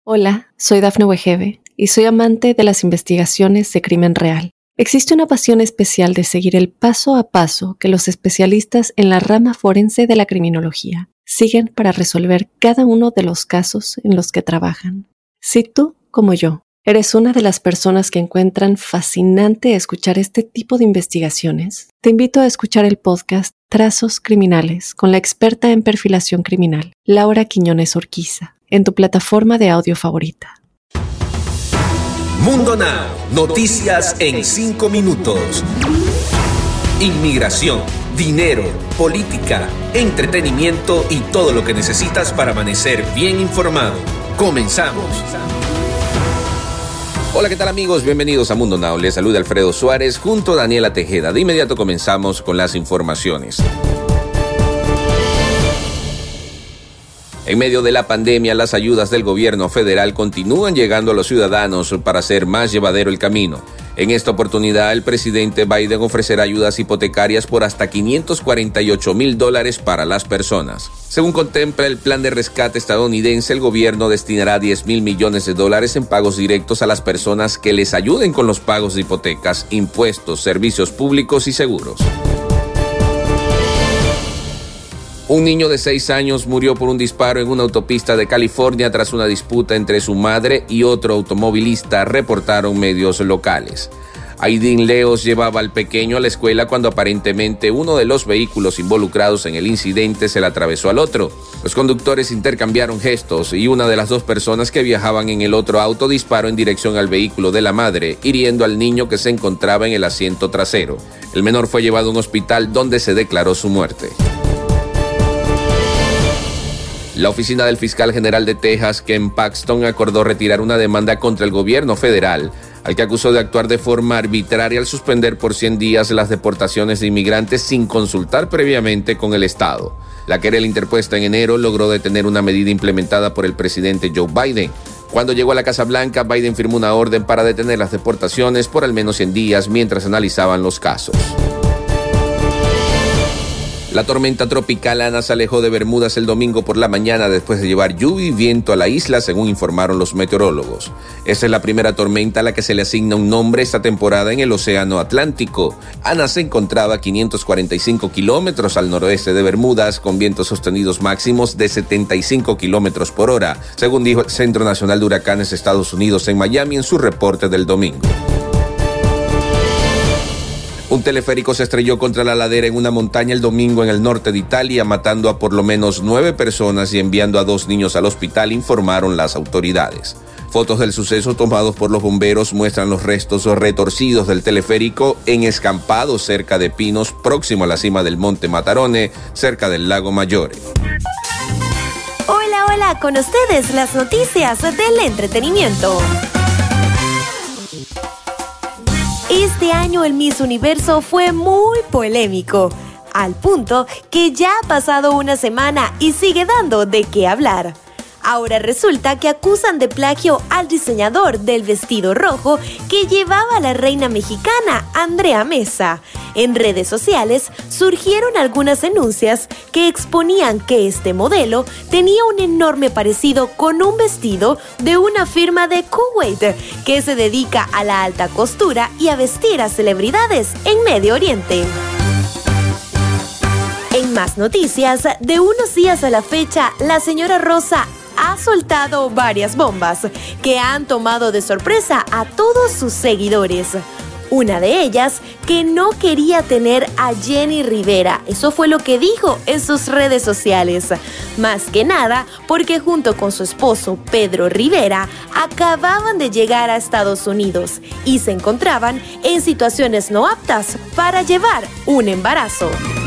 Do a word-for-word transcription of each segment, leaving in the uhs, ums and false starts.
Hola, soy Dafne Wegebe y soy amante de las investigaciones de crimen real. Existe una pasión especial de seguir el paso a paso que los especialistas en la rama forense de la criminología siguen para resolver cada uno de los casos en los que trabajan. Si tú, como yo, eres una de las personas que encuentran fascinante escuchar este tipo de investigaciones, te invito a escuchar el podcast Trazos Criminales con la experta en perfilación criminal, Laura Quiñones Orquiza, en tu plataforma de audio favorita. Mundo Now, noticias en cinco minutos. Inmigración, dinero, política, entretenimiento y todo lo que necesitas para amanecer bien informado. Comenzamos. Hola, ¿qué tal amigos? Bienvenidos a Mundo Now. Les saluda Alfredo Suárez junto a Daniela Tejeda. De inmediato comenzamos con las informaciones. En medio de la pandemia, las ayudas del gobierno federal continúan llegando a los ciudadanos para hacer más llevadero el camino. En esta oportunidad, el presidente Biden ofrecerá ayudas hipotecarias por hasta quinientos cuarenta y ocho mil dólares para las personas. Según contempla el plan de rescate estadounidense, el gobierno destinará diez mil millones de dólares en pagos directos a las personas que les ayuden con los pagos de hipotecas, impuestos, servicios públicos y seguros. Un niño de seis años murió por un disparo en una autopista de California tras una disputa entre su madre y otro automovilista, reportaron medios locales. Aidín Leos llevaba al pequeño a la escuela cuando aparentemente uno de los vehículos involucrados en el incidente se le atravesó al otro. Los conductores intercambiaron gestos y una de las dos personas que viajaban en el otro auto disparó en dirección al vehículo de la madre, hiriendo al niño que se encontraba en el asiento trasero. El menor fue llevado a un hospital donde se declaró su muerte. La oficina del fiscal general de Texas, Ken Paxton, acordó retirar una demanda contra el gobierno federal, al que acusó de actuar de forma arbitraria al suspender por cien días las deportaciones de inmigrantes sin consultar previamente con el Estado. La querella interpuesta en enero logró detener una medida implementada por el presidente Joe Biden. Cuando llegó a la Casa Blanca, Biden firmó una orden para detener las deportaciones por al menos cien días mientras analizaban los casos. La tormenta tropical Ana se alejó de Bermudas el domingo por la mañana después de llevar lluvia y viento a la isla, según informaron los meteorólogos. Esta es la primera tormenta a la que se le asigna un nombre esta temporada en el Océano Atlántico. Ana se encontraba a quinientos cuarenta y cinco kilómetros al noroeste de Bermudas, con vientos sostenidos máximos de setenta y cinco kilómetros por hora, según dijo el Centro Nacional de Huracanes de Estados Unidos en Miami en su reporte del domingo. Un teleférico se estrelló contra la ladera en una montaña el domingo en el norte de Italia, matando a por lo menos nueve personas y enviando a dos niños al hospital, informaron las autoridades. Fotos del suceso tomados por los bomberos muestran los restos retorcidos del teleférico en escampados cerca de pinos, próximo a la cima del monte Matarone, cerca del lago Maggiore. Hola, hola, con ustedes las noticias del entretenimiento. Este año el Miss Universo fue muy polémico, al punto que ya ha pasado una semana y sigue dando de qué hablar. Ahora resulta que acusan de plagio al diseñador del vestido rojo que llevaba la reina mexicana, Andrea Meza. En redes sociales surgieron algunas denuncias que exponían que este modelo tenía un enorme parecido con un vestido de una firma de Kuwait que se dedica a la alta costura y a vestir a celebridades en Medio Oriente. En más noticias, de unos días a la fecha, la señora Rosa ha soltado varias bombas que han tomado de sorpresa a todos sus seguidores. Una de ellas, que no quería tener a Jenny Rivera. Eso fue lo que dijo en sus redes sociales. Más que nada, porque junto con su esposo, Pedro Rivera, acababan de llegar a Estados Unidos y se encontraban en situaciones no aptas para llevar un embarazo.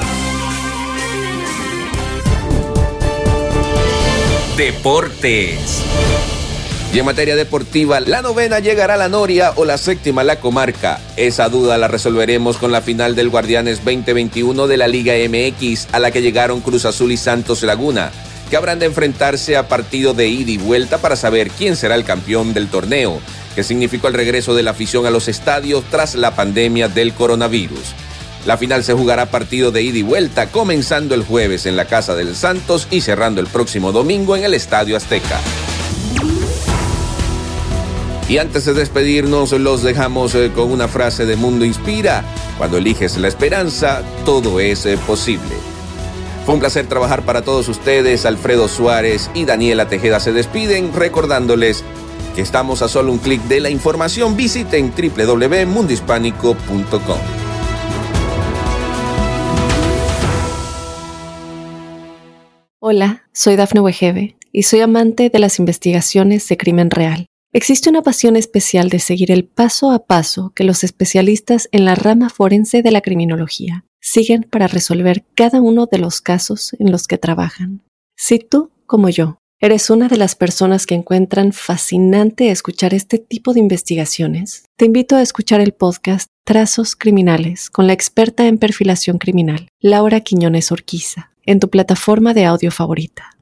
Deportes. Y en materia deportiva, ¿la novena llegará a la Noria o la séptima a la comarca? Esa duda la resolveremos con la final del Guardianes veinte veintiuno de la Liga M X, a la que llegaron Cruz Azul y Santos Laguna, que habrán de enfrentarse a partido de ida y vuelta para saber quién será el campeón del torneo, que significó el regreso de la afición a los estadios tras la pandemia del coronavirus. La final se jugará partido de ida y vuelta, comenzando el jueves en la Casa del Santos y cerrando el próximo domingo en el Estadio Azteca. Y antes de despedirnos, los dejamos con una frase de Mundo Inspira. Cuando eliges la esperanza, todo es posible. Fue un placer trabajar para todos ustedes. Alfredo Suárez y Daniela Tejeda se despiden, recordándoles que estamos a solo un clic de la información. Visiten doble u doble u doble u punto mundo hispánico punto com. Hola, soy Dafne Wegebe y soy amante de las investigaciones de crimen real. Existe una pasión especial de seguir el paso a paso que los especialistas en la rama forense de la criminología siguen para resolver cada uno de los casos en los que trabajan. Si tú, como yo, eres una de las personas que encuentran fascinante escuchar este tipo de investigaciones, te invito a escuchar el podcast Trazos Criminales con la experta en perfilación criminal, Laura Quiñones Orquiza, en tu plataforma de audio favorita.